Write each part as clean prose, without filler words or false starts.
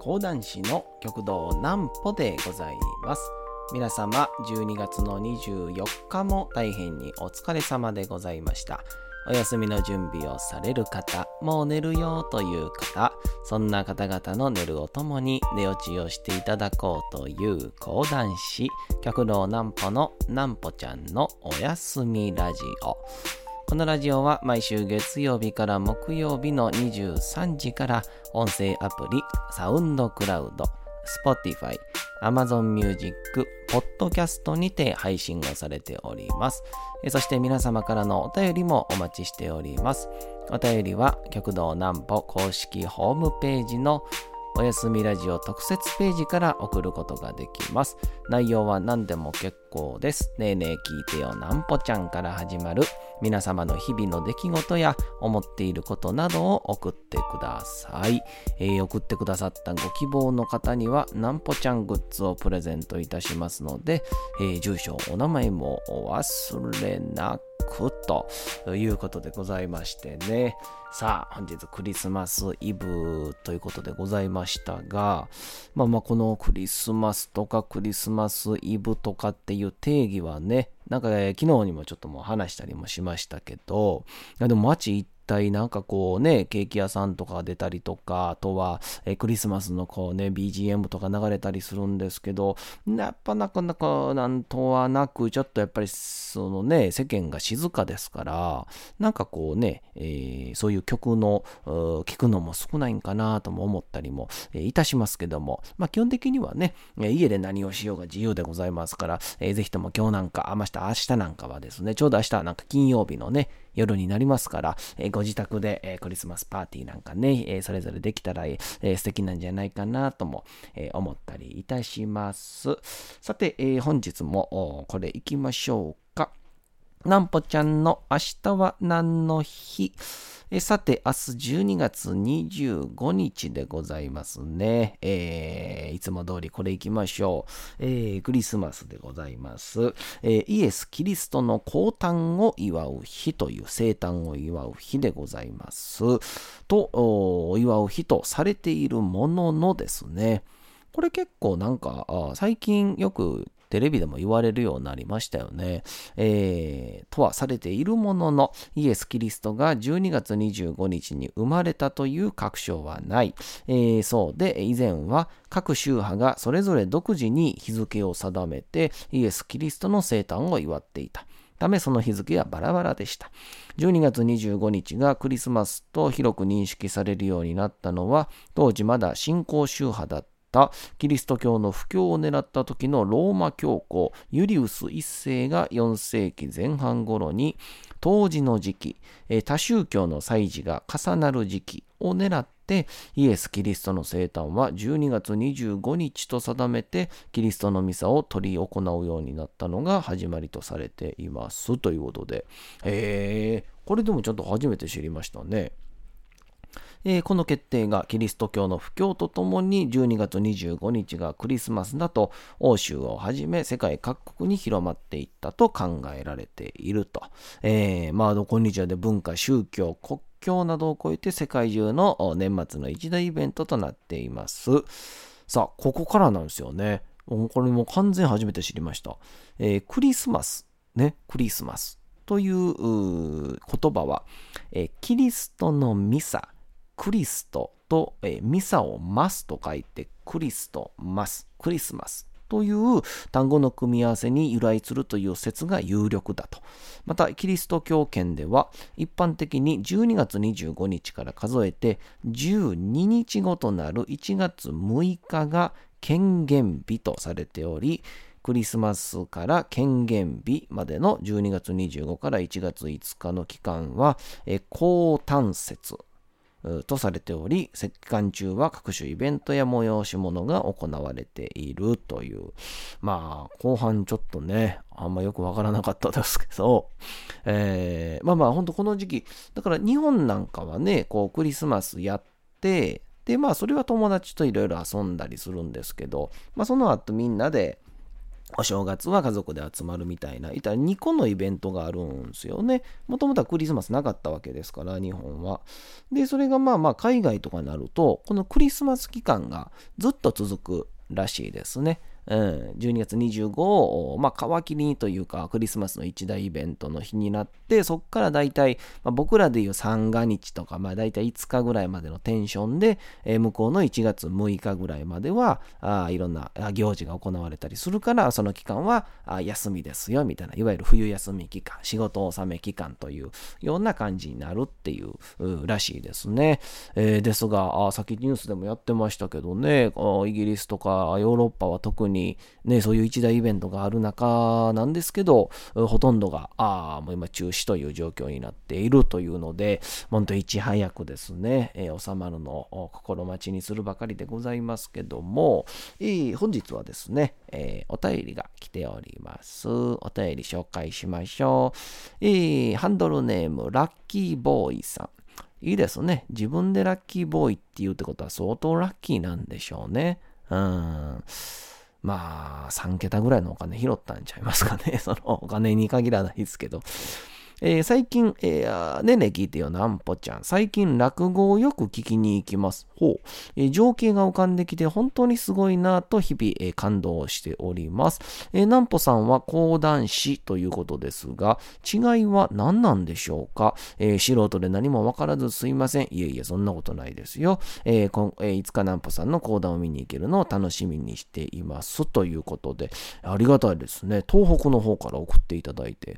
講談師の極道南歩でございます。皆様12月の24日も大変にお疲れ様でございました。お休みの準備をされる方、もう寝るよという方、そんな方々の寝るをともに寝落ちをしていただこうという講談師極道南歩の南歩ちゃんのおやすみラジオ。このラジオは毎週月曜日から木曜日の23時から音声アプリサウンドクラウド、Spotify、Amazon Music、Podcast にて配信をされております。そして皆様からのお便りもお待ちしております。お便りは極道南歩公式ホームページのおやすみラジオ特設ページから送ることができます。内容は何でも結構です。ねえねえ聞いてよ南歩ちゃんから始まる皆様の日々の出来事や思っていることなどを送ってください。送ってくださったご希望の方には南歩ちゃんグッズをプレゼントいたしますので、住所お名前もお忘れなくということでございましてね。さあ本日クリスマスイブということでございましたが、このクリスマスとかクリスマスイブとかっていう定義はね、昨日にもちょっともう話したりもしましたけど、でも街一体ケーキ屋さんとか出たりとか、あとはクリスマスのBGM とか流れたりするんですけど、やっぱなかなかなんとはなく、ちょっとやっぱり世間が静かですから、そういう曲の聞くのも少ないんかなとも思ったりもいたしますけども、基本的にはね、家で何をしようが自由でございますから、ぜひとも今日なんか明日なんかはですね、ちょうど明日金曜日のね夜になりますから、ご自宅で、クリスマスパーティーなんかね、それぞれできたら、素敵なんじゃないかなとも、思ったりいたします。さて、本日もこれいきましょうか。南歩ちゃんの明日は何の日？さて、明日12月25日でございますね。いつも通りこれ行きましょう。クリスマスでございます。イエス・キリストの降誕を祝う日という生誕を祝う日でございます。と、祝う日とされているもののですね、これ結構最近よくテレビでも言われるようになりましたよね。とはされているものの、イエス・キリストが12月25日に生まれたという確証はない。そうで、以前は各宗派がそれぞれ独自に日付を定めて、イエス・キリストの生誕を祝っていたため、その日付はバラバラでした。12月25日がクリスマスと広く認識されるようになったのは、当時まだ新興宗派だったキリスト教の布教を狙った時のローマ教皇ユリウス一世が4世紀前半頃に、当時の時期、他宗教の祭事が重なる時期を狙ってイエス・キリストの生誕は12月25日と定めて、キリストのミサを取り行うようになったのが始まりとされていますということで、これでもちょっと初めて知りましたね。この決定がキリスト教の布教とともに12月25日がクリスマスだと欧州をはじめ世界各国に広まっていったと考えられていると。どこにちらで文化、宗教、国境などを超えて世界中の年末の一大イベントとなっています。さあ、ここからなんですよね。これも完全初めて知りました。クリスマスという言葉は、キリストのミサ、クリストと、ミサをマスと書いてクリストマス、クリスマスという単語の組み合わせに由来するという説が有力だと。またキリスト教圏では一般的に12月25日から数えて12日後となる1月6日が権限日とされており、クリスマスから権限日までの12月25から1月5日の期間は降誕節とされており、期間中は各種イベントや催し物が行われているという。後半ちょっとね、あんまよくわからなかったですけど、本当この時期、だから日本なんかはね、クリスマスやって、それは友達といろいろ遊んだりするんですけど、その後みんなでお正月は家族で集まるみたいな、2個のイベントがあるんですよね。もともとはクリスマスなかったわけですから、日本は。で、それが海外とかになると、このクリスマス期間がずっと続くらしいですね。12月25を、皮切りにというか、クリスマスの一大イベントの日になって、そこからだいたい、僕らでいう三が日とか、だいたい5日ぐらいまでのテンションで、向こうの1月6日ぐらいまでは、いろんな行事が行われたりするから、その期間は休みですよ、みたいな、いわゆる冬休み期間、仕事納め期間というような感じになるっていうらしいですね。ですが、さっきニュースでもやってましたけどね、イギリスとかヨーロッパは特にね、そういう一大イベントがある中なんですけど、ほとんどがもう今中止という状況になっているというので、本当いち早くですね、収まるのを心待ちにするばかりでございますけども、本日はですね、お便りが来ております。お便り紹介しましょう。ハンドルネームラッキーボーイさん。いいですね。自分でラッキーボーイって言うってことは相当ラッキーなんでしょうね。3桁ぐらいのお金拾ったんちゃいますかね。そのお金に限らないですけど。最近、ね聞いてよなんぽちゃん。最近落語をよく聞きに行きます。情景が浮かんできて本当にすごいなと日々、感動しております。なんぽさんは講談師ということですが、違いは何なんでしょうか。素人で何もわからずすいません。いえいえ、そんなことないですよ。いつかなんぽさんの講談を見に行けるのを楽しみにしています。ということで、ありがたいですね。東北の方から送っていただいて。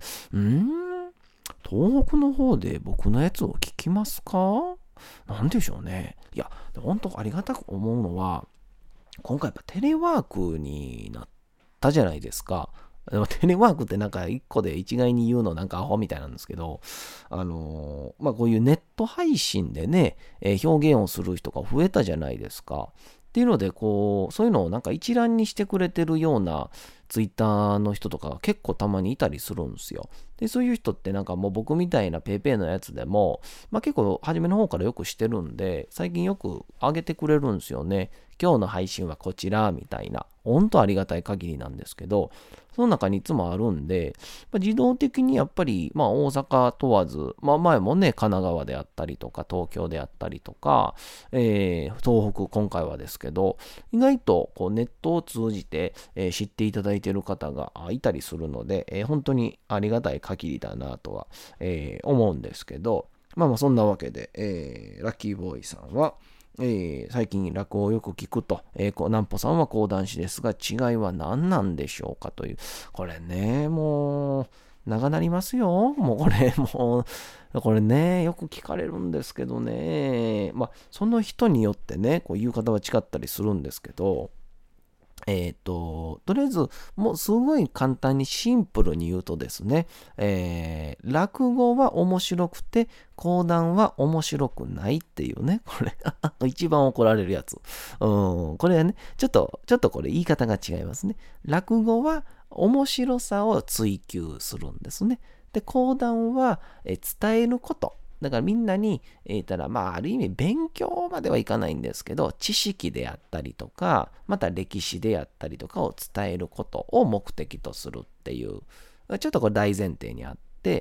東北の方で僕のやつを聞きますか？なんでしょうね。いや、本当ありがたく思うのは、今回やっぱテレワークになったじゃないですか。でもテレワークってなんか一個で一概に言うのなんかアホみたいなんですけど、こういうネット配信でね、表現をする人が増えたじゃないですか。っていうので、そういうのをなんか一覧にしてくれてるようなツイッターの人とかが結構たまにいたりするんですよ。で、そういう人ってなんかもう僕みたいなペイペイのやつでも、結構初めの方からよくしてるんで、最近よく上げてくれるんですよね。今日の配信はこちら、みたいな。本当ありがたい限りなんですけど、その中にいつもあるんで、自動的にやっぱり、大阪問わず、前もね、神奈川であったりとか、東京であったりとか、東北、今回はですけど、意外とネットを通じて、知っていただいている方がいたりするので、本当にありがたい限りだなとは、思うんですけど、そんなわけで、ラッキーボーイさんは、最近落語をよく聞くと、南穂さんは講談師ですが、違いは何なんでしょうかという。これね、もう、長なりますよ。これね、よく聞かれるんですけどね。その人によってね、言う方は違ったりするんですけど、とりあえず、もうすごい簡単にシンプルに言うとですね、落語は面白くて、講談は面白くないっていうね、これ、一番怒られるやつ。これはね、ちょっとこれ言い方が違いますね。落語は面白さを追求するんですね。で、講談は伝えること。だからみんなに、ある意味勉強まではいかないんですけど、知識であったりとか、また歴史であったりとかを伝えることを目的とするっていう、ちょっとこれ大前提にあって、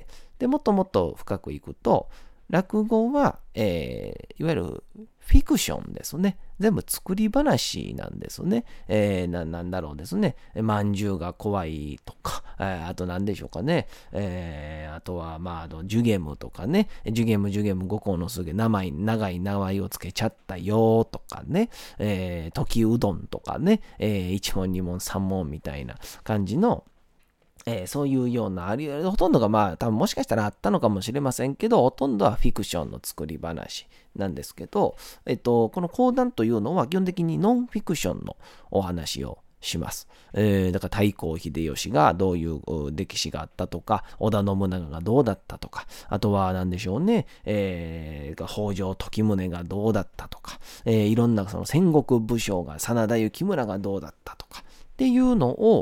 で、もっともっと深くいくと、落語は、いわゆるフィクションですね。全部作り話なんですね。なんだろうですね。まんじゅうが怖いとか、あと何でしょうかね。あとは、ジュゲムとかね。ジュゲム五行のすげ長い名前をつけちゃったよとかね。時うどんとかね。一問二問三問みたいな感じの、そういうような、ほとんどが多分もしかしたらあったのかもしれませんけど、ほとんどはフィクションの作り話なんですけど、この講談というのは基本的にノンフィクションのお話をします。だから太閤秀吉がどういう歴史があったとか、織田信長がどうだったとか、あとは何でしょうね、北条時宗がどうだったとか、いろんなその戦国武将が真田幸村がどうだったとか、っていうのを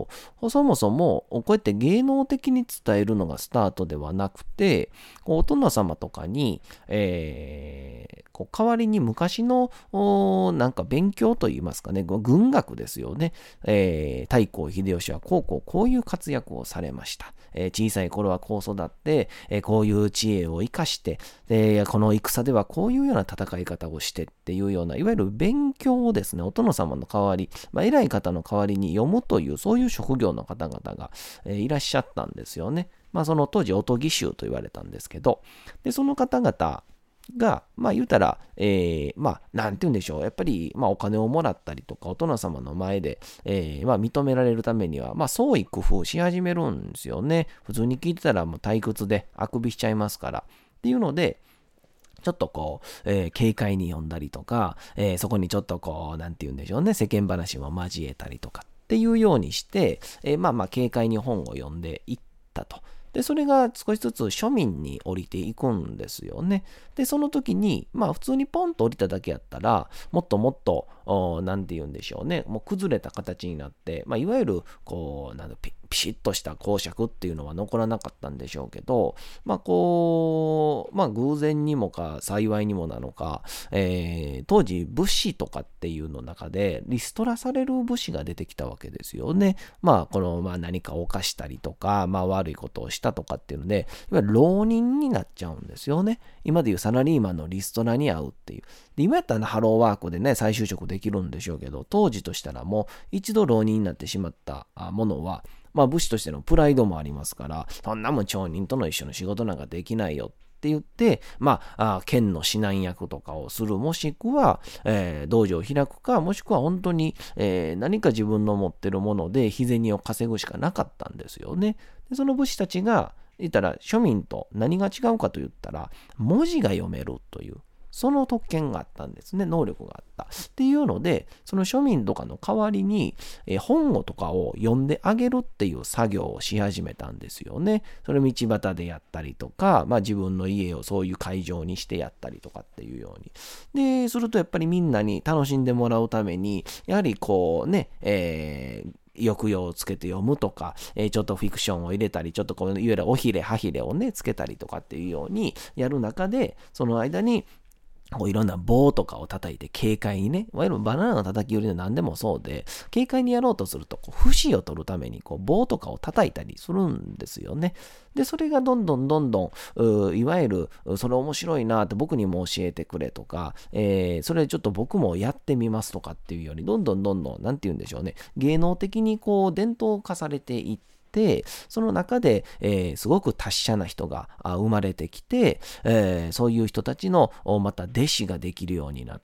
そもそもこうやって芸能的に伝えるのがスタートではなくて、お殿様とかに、代わりに昔のなんか勉強といいますかね、軍学ですよね。太閤秀吉はこういう活躍をされました。小さい頃はこう育って、こういう知恵を生かして、この戦ではこういうような戦い方をしてっていうような、いわゆる勉強をですね、お殿様の代わり、偉い方の代わりに読むという、そういう職業の方々が、いらっしゃったんですよね。その当時、おとぎ衆と言われたんですけど、で、その方々が、言うたら、なんて言うんでしょう。やっぱり、お金をもらったりとか、お殿様の前で、認められるためには、創意工夫し始めるんですよね。普通に聞いてたら、もう退屈で、あくびしちゃいますから。っていうので、ちょっと軽快に読んだりとか、そこにちょっとなんて言うんでしょうね、世間話も交えたりとかっていうようにして、軽快に本を読んでいったと。で、それが少しずつ庶民に降りていくんですよね。で、その時に、普通にポンと降りただけやったら、もっともっと、なんて言うんでしょうね、もう崩れた形になって、いわゆる、ピシッとした講釈っていうのは残らなかったんでしょうけど、偶然にもか幸いにもなのか、当時武士とかっていうの中でリストラされる武士が出てきたわけですよね。何かを犯したりとか、悪いことをしたとかっていうので、いわゆる浪人になっちゃうんですよね。今でいうサラリーマンのリストラに遭うっていう。で、今やったらハローワークでね、再就職できるんでしょうけど、当時としたらもう一度浪人になってしまったものは、武士としてのプライドもありますから、そんなもん町人との一緒の仕事なんかできないよって言って、県の指南役とかをする、もしくは、道場を開くか、もしくは本当に、何か自分の持ってるもので日銭を稼ぐしかなかったんですよね。で、その武士たちが、言ったら庶民と何が違うかと言ったら、文字が読めるという。その特権があったんですね。能力があった。っていうので、その庶民とかの代わりに、本とかを読んであげるっていう作業をし始めたんですよね。それ道端でやったりとか、自分の家をそういう会場にしてやったりとかっていうように。で、するとやっぱりみんなに楽しんでもらうために、やはり抑揚をつけて読むとか、ちょっとフィクションを入れたり、ちょっといわゆるおひれはひれをね、つけたりとかっていうようにやる中で、その間に、いろんな棒とかを叩いて軽快にね、いわゆるバナナの叩き売りの何でもそうで、軽快にやろうとすると、節を取るために棒とかを叩いたりするんですよね。で、それがどんどん、いわゆる、それ面白いなって僕にも教えてくれとか、それちょっと僕もやってみますとかっていうように、どんどん、なんて言うんでしょうね、芸能的に伝統化されていって、その中で、すごく達者な人が生まれてきて、そういう人たちのまた弟子ができるようになって、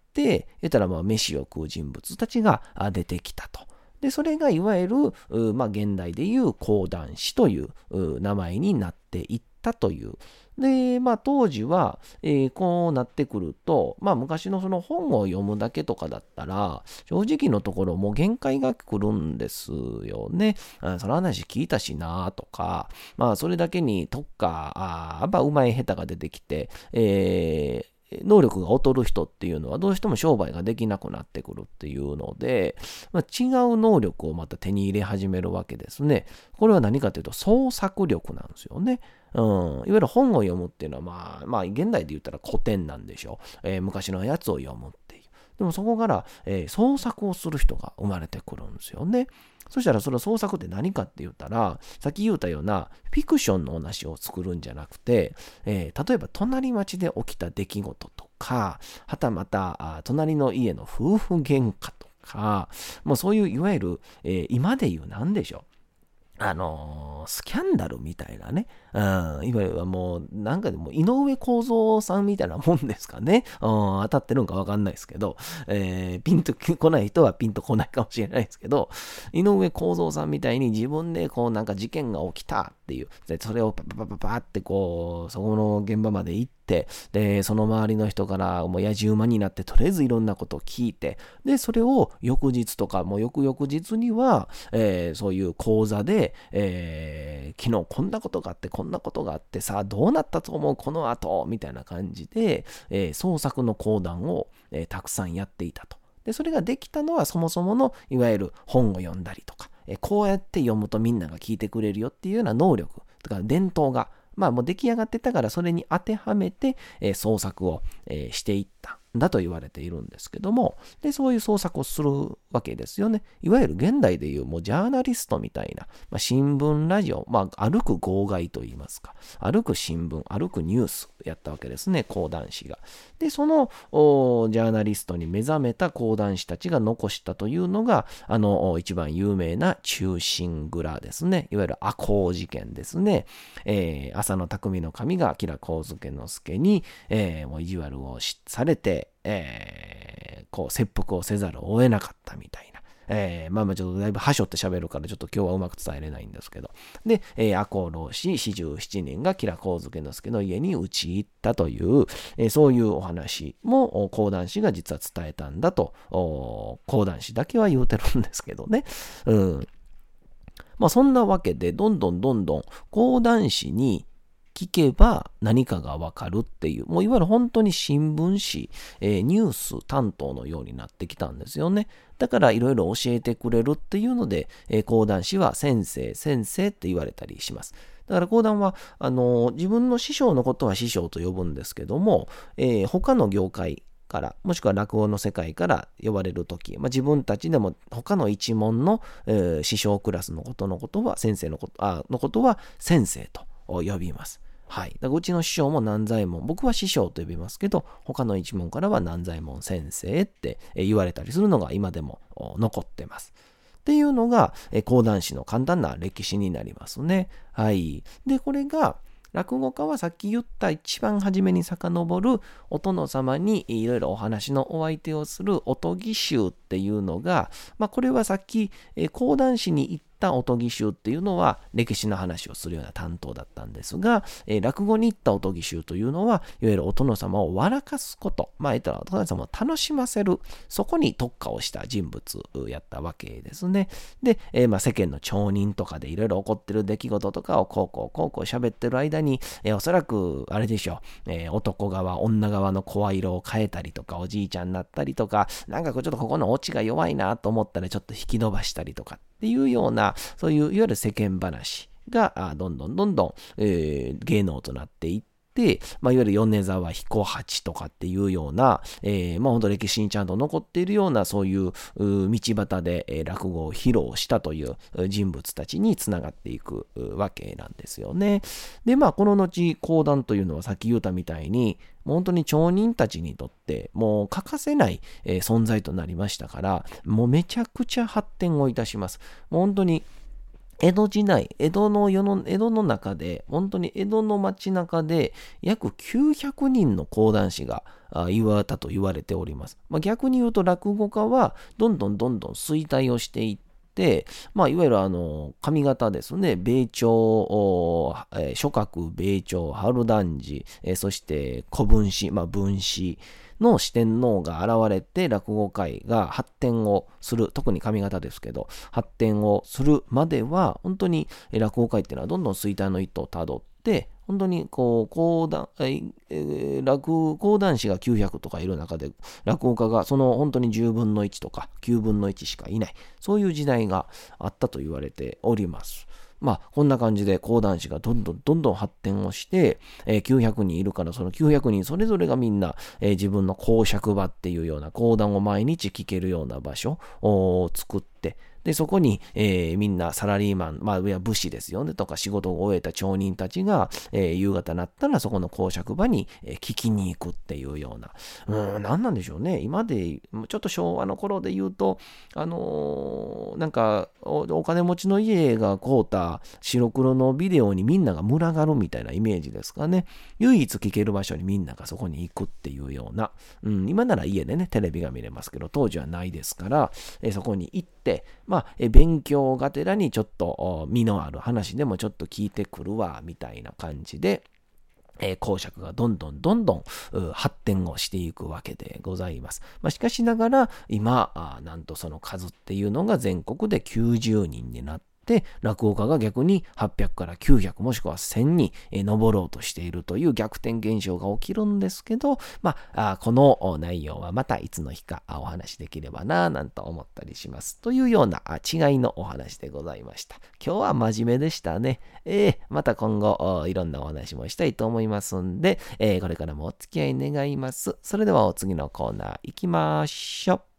言ったら飯を食う人物たちが出てきたと。で、それがいわゆる、現代でいう講談師という名前になっていったという。で、当時は、こうなってくると、昔のその本を読むだけとかだったら、正直のところもう限界が来るんですよね。その話聞いたしなとか、それだけに特化、やっぱ上手い下手が出てきて、能力が劣る人っていうのはどうしても商売ができなくなってくるっていうので、違う能力をまた手に入れ始めるわけですね。これは何かというと創作力なんですよね。いわゆる本を読むっていうのは現代で言ったら古典なんでしょう。昔のやつを読むっていう。でもそこから、創作をする人が生まれてくるんですよね。そしたらその創作って何かって言ったら、さっき言ったようなフィクションの話を作るんじゃなくて、例えば隣町で起きた出来事とか、はたまた隣の家の夫婦喧嘩とか、もうそういういわゆる、今で言う何でしょう。スキャンダルみたいなね。いわゆるもう、なんかでも井上公造さんみたいなもんですかね。当たってるんかわかんないですけど、ピンと来ない人はピンと来ないかもしれないですけど、井上公造さんみたいに自分でなんか事件が起きたっていう、でそれをパパってそこの現場まで行って、で、その周りの人からもうやじ馬になって、とりあえずいろんなことを聞いて、で、それを翌日とか、もう翌々日には、そういう講座で、昨日こんなことがあってこんなことがあってさあどうなったと思うこの後みたいな感じで、創作の講談を、たくさんやっていたと。でそれができたのはそもそものいわゆる本を読んだりとか、 こうやって読むとみんなが聞いてくれるよっていうような能力とか伝統がもう出来上がってたから、それに当てはめて、創作を、していったんだと言われているんですけども、でそういう創作をするわけですよね。いわゆる現代でいうもうジャーナリストみたいな、新聞ラジオ、歩く号外といいますか、歩く新聞、歩くニュースやったわけですね、講談師が。でそのジャーナリストに目覚めた講談師たちが残したというのが、一番有名な忠臣蔵ですね。いわゆる赤穂事件ですね。浅野匠の神が吉良上野介に、もう意地悪をされて、切腹をせざるを得なかったみたいな。ちょっとだいぶはしょって喋るからちょっと今日はうまく伝えれないんですけど。で、赤穂浪士47人が吉良上野介の家に討ち入ったという、そういうお話も講談師が実は伝えたんだと、講談師だけは言うてるんですけどね。そんなわけでどんどん講談師に聞けば何かがわかるっていう、もういわゆる本当に新聞紙、ニュース担当のようになってきたんですよね。だからいろいろ教えてくれるっていうので、講談師は先生って言われたりします。だから講談は自分の師匠のことは師匠と呼ぶんですけども、他の業界からもしくは落語の世界から呼ばれるとき、自分たちでも他の一門の、師匠クラスのことは先生のことは先生と呼びます。はい。だからうちの師匠も南左衛門、僕は師匠と呼びますけど、他の一門からは南左衛門先生って言われたりするのが今でも残ってます。っていうのが講談師の簡単な歴史になりますね。はい。で、これが落語家はさっき言った一番初めに遡るお殿様にいろいろお話のお相手をするおとぎ衆っていうのが、これはさっき講談師に行ったおとぎ衆っていうのは歴史の話をするような担当だったんですが、落語に行ったおとぎ衆というのはいわゆるお殿様を笑かすこと、言ったらお殿様を楽しませる、そこに特化をした人物やったわけですね。で、世間の町人とかでいろいろ起こってる出来事とかをこう喋ってる間に、おそらくあれでしょう、男側女側の声色を変えたりとか、おじいちゃんになったりとか、なんかちょっとここのオチが弱いなと思ったらちょっと引き伸ばしたりとかっていうような、そういういわゆる世間話がどんどん、芸能となっていって、いわゆる米沢彦八とかっていうような、本当歴史にちゃんと残っているようなそういう道端で落語を披露したという人物たちにつながっていくわけなんですよね。でこの後講談というのはさっき言ったみたいにもう本当に町人たちにとってもう欠かせない存在となりましたから、もうめちゃくちゃ発展をいたします。もう本当に江戸時代、江戸の中で、本当に江戸の街中で約900人の講談師が言われたと言われております。逆に言うと落語家はどんどん衰退をしていって、いわゆる上方ですね、米朝、諸閣米朝、春団治、そして古文士、文士、の四天王が現れて落語界が発展をする、特に上方ですけど発展をするまでは本当に落語界っていうのはどんどん衰退の一途をたどって、本当に講談師が900とかいる中で落語家がその本当に10分の1とか9分の1しかいない、そういう時代があったと言われております。こんな感じで講談師がどんどん発展をして、900人いるから、その900人それぞれがみんな、自分の講釈場っていうような講談を毎日聞けるような場所を作って、でそこに、みんなサラリーマン、武士ですよねとか仕事を終えた町人たちが、夕方になったらそこの講釈場に、聞きに行くっていうような、何なんでしょうね。今でちょっと昭和の頃で言うとなんかお金持ちの家が買うた白黒のビデオにみんなが群がるみたいなイメージですかね。唯一聞ける場所にみんながそこに行くっていうような、今なら家でねテレビが見れますけど当時はないですから、そこに行って勉強がてらにちょっと身のある話でもちょっと聞いてくるわみたいな感じで、講釈がどんどん発展をしていくわけでございます。しかしながら今なんとその数っていうのが全国で90人になって 、落語家が逆に800から900もしくは1000に上ろうとしているという逆転現象が起きるんですけど、この内容はまたいつの日かお話しできればなぁなんと思ったりします。というような違いのお話でございました。今日は真面目でしたね。また今後いろんなお話もしたいと思いますんで、これからもお付き合い願います。それではお次のコーナー行きましょう。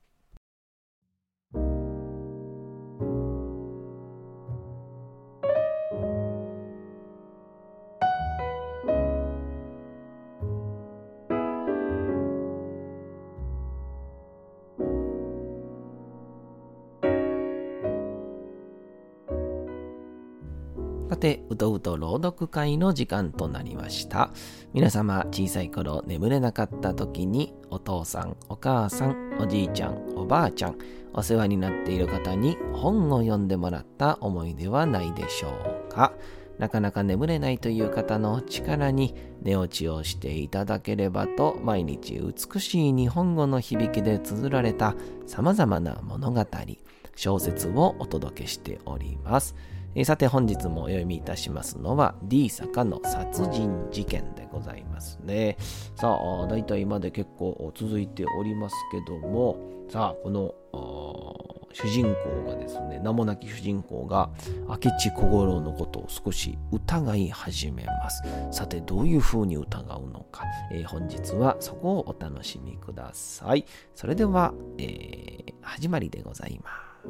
さて、うとうと朗読会の時間となりました。皆様、小さい頃眠れなかった時に、お父さん、お母さん、おじいちゃん、おばあちゃん、お世話になっている方に本を読んでもらった思い出はないでしょうか。なかなか眠れないという方の力に寝落ちをしていただければと、毎日美しい日本語の響きで綴られた様々な物語、小説をお届けしております。さて本日もお読みいたしますのは D 坂の殺人事件でございますね。さあ、だいたい今で結構続いておりますけども、さあ、この主人公がですね、名もなき主人公が明智小五郎のことを少し疑い始めます。さて、どういうふうに疑うのか、本日はそこをお楽しみください。それでは、始まりでございます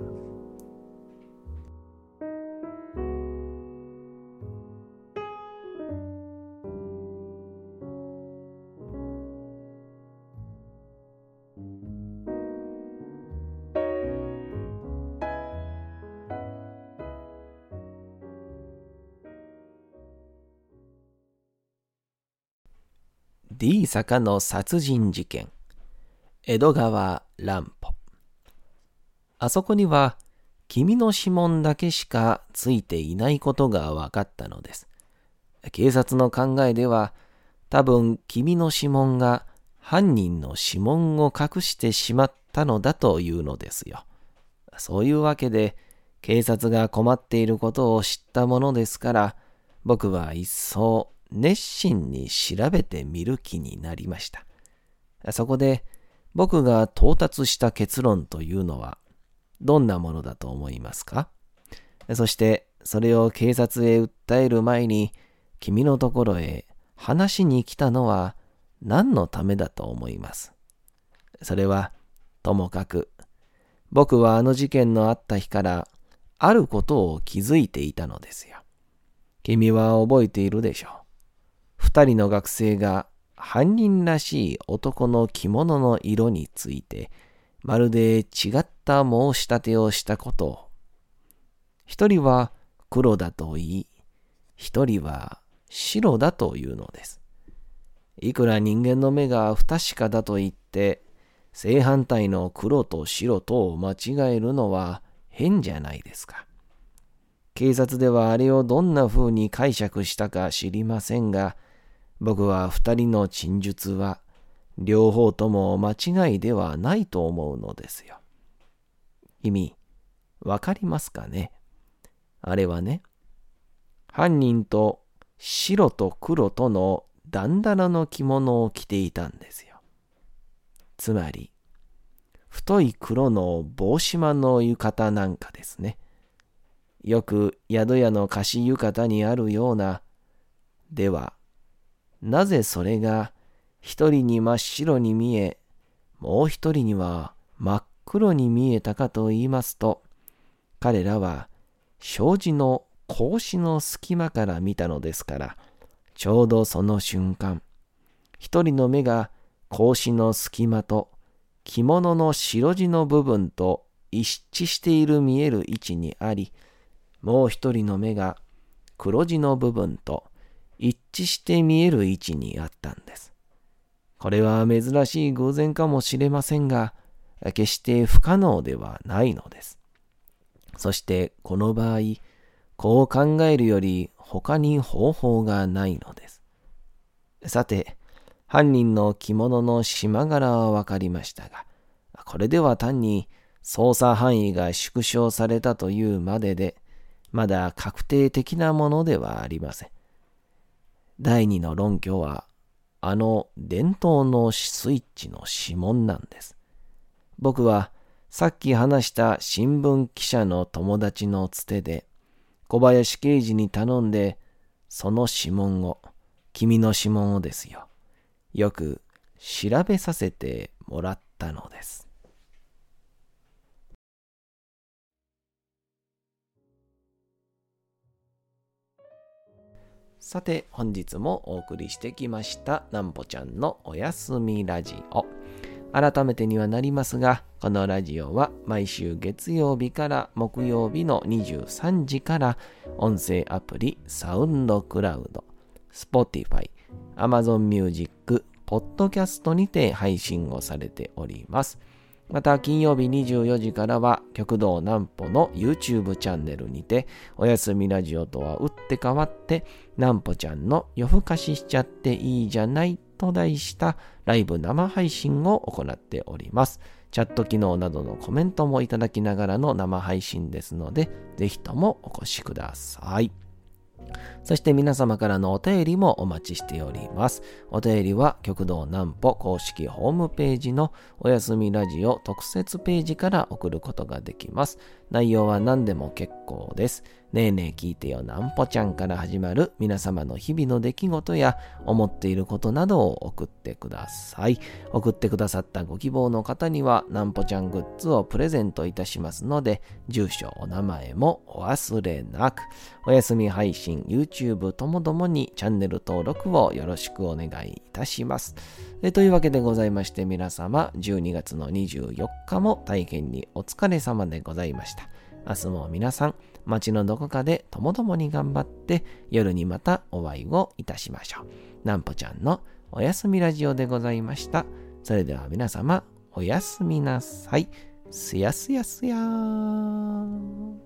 。D 坂の殺人事件、江戸川乱歩。あそこには君の指紋だけしかついていないことが分かったのです。警察の考えでは、多分君の指紋が犯人の指紋を隠してしまったのだというのですよ。そういうわけで、警察が困っていることを知ったものですから、僕は一層熱心に調べてみる気になりました。そこで僕が到達した結論というのはどんなものだと思いますか？そしてそれを警察へ訴える前に君のところへ話しに来たのは何のためだと思います？それはともかく僕はあの事件のあった日からあることを気づいていたのですよ。君は覚えているでしょう。二人の学生が犯人らしい男の着物の色についてまるで違った申し立てをしたことを。一人は黒だと言い、一人は白だというのです。いくら人間の目が不確かだと言って正反対の黒と白とを間違えるのは変じゃないですか。警察ではあれをどんな風に解釈したか知りませんが、僕は二人の陳述は両方とも間違いではないと思うのですよ。君、わかりますかね？あれはね、犯人と白と黒とのだんだらの着物を着ていたんですよ。つまり、太い黒の帽子間の浴衣なんかですね。よく宿屋の貸し浴衣にあるような。では、なぜそれが一人に真っ白に見え、もう一人には真っ黒に見えたかと言いますと、彼らは障子の格子の隙間から見たのですから、ちょうどその瞬間、一人の目が格子の隙間と着物の白地の部分と一致している見える位置にあり、もう一人の目が黒地の部分と一致して見える位置にあったんです。これは珍しい偶然かもしれませんが、決して不可能ではないのです。そしてこの場合、こう考えるより他に方法がないのです。さて、犯人の着物の縞柄はわかりましたが、これでは単に捜査範囲が縮小されたというまでで、 まだ確定的なものではありません。第二の論拠は、伝統のスイッチの指紋なんです。僕はさっき話した新聞記者の友達のつてで、小林刑事に頼んで、その指紋を、君の指紋をですよ、よく調べさせてもらったのです。さて、本日もお送りしてきましたなんぽちゃんのおやすみラジオ。改めてにはなりますが、このラジオは毎週月曜日から木曜日の23時から音声アプリサウンドクラウド、Spotify、Amazon Music、ポッドキャストにて配信をされております。また金曜日24時からは極道南歩の YouTube チャンネルにておやすみラジオとは打って変わって南歩ちゃんの夜更かししちゃっていいじゃないと題したライブ生配信を行っております。チャット機能などのコメントもいただきながらの生配信ですので、ぜひともお越しください。そして皆様からのお便りもお待ちしております。お便りは極道南歩公式ホームページのおやすみラジオ特設ページから送ることができます。内容は何でも結構です。ねえねえ聞いてよ南歩ちゃんから始まる皆様の日々の出来事や思っていることなどを送ってください。送ってくださったご希望の方には南歩ちゃんグッズをプレゼントいたしますので、住所お名前もお忘れなく。おやすみ配信 YouTube ともどもにチャンネル登録をよろしくお願いいたします。というわけでございまして、皆様12月の24日も大変にお疲れ様でございました。明日も皆さん街のどこかでともどもに頑張って夜にまたお会いをいたしましょう。なんぽちゃんのおやすみラジオでございました。それでは皆様おやすみなさい。すやすやすやーん。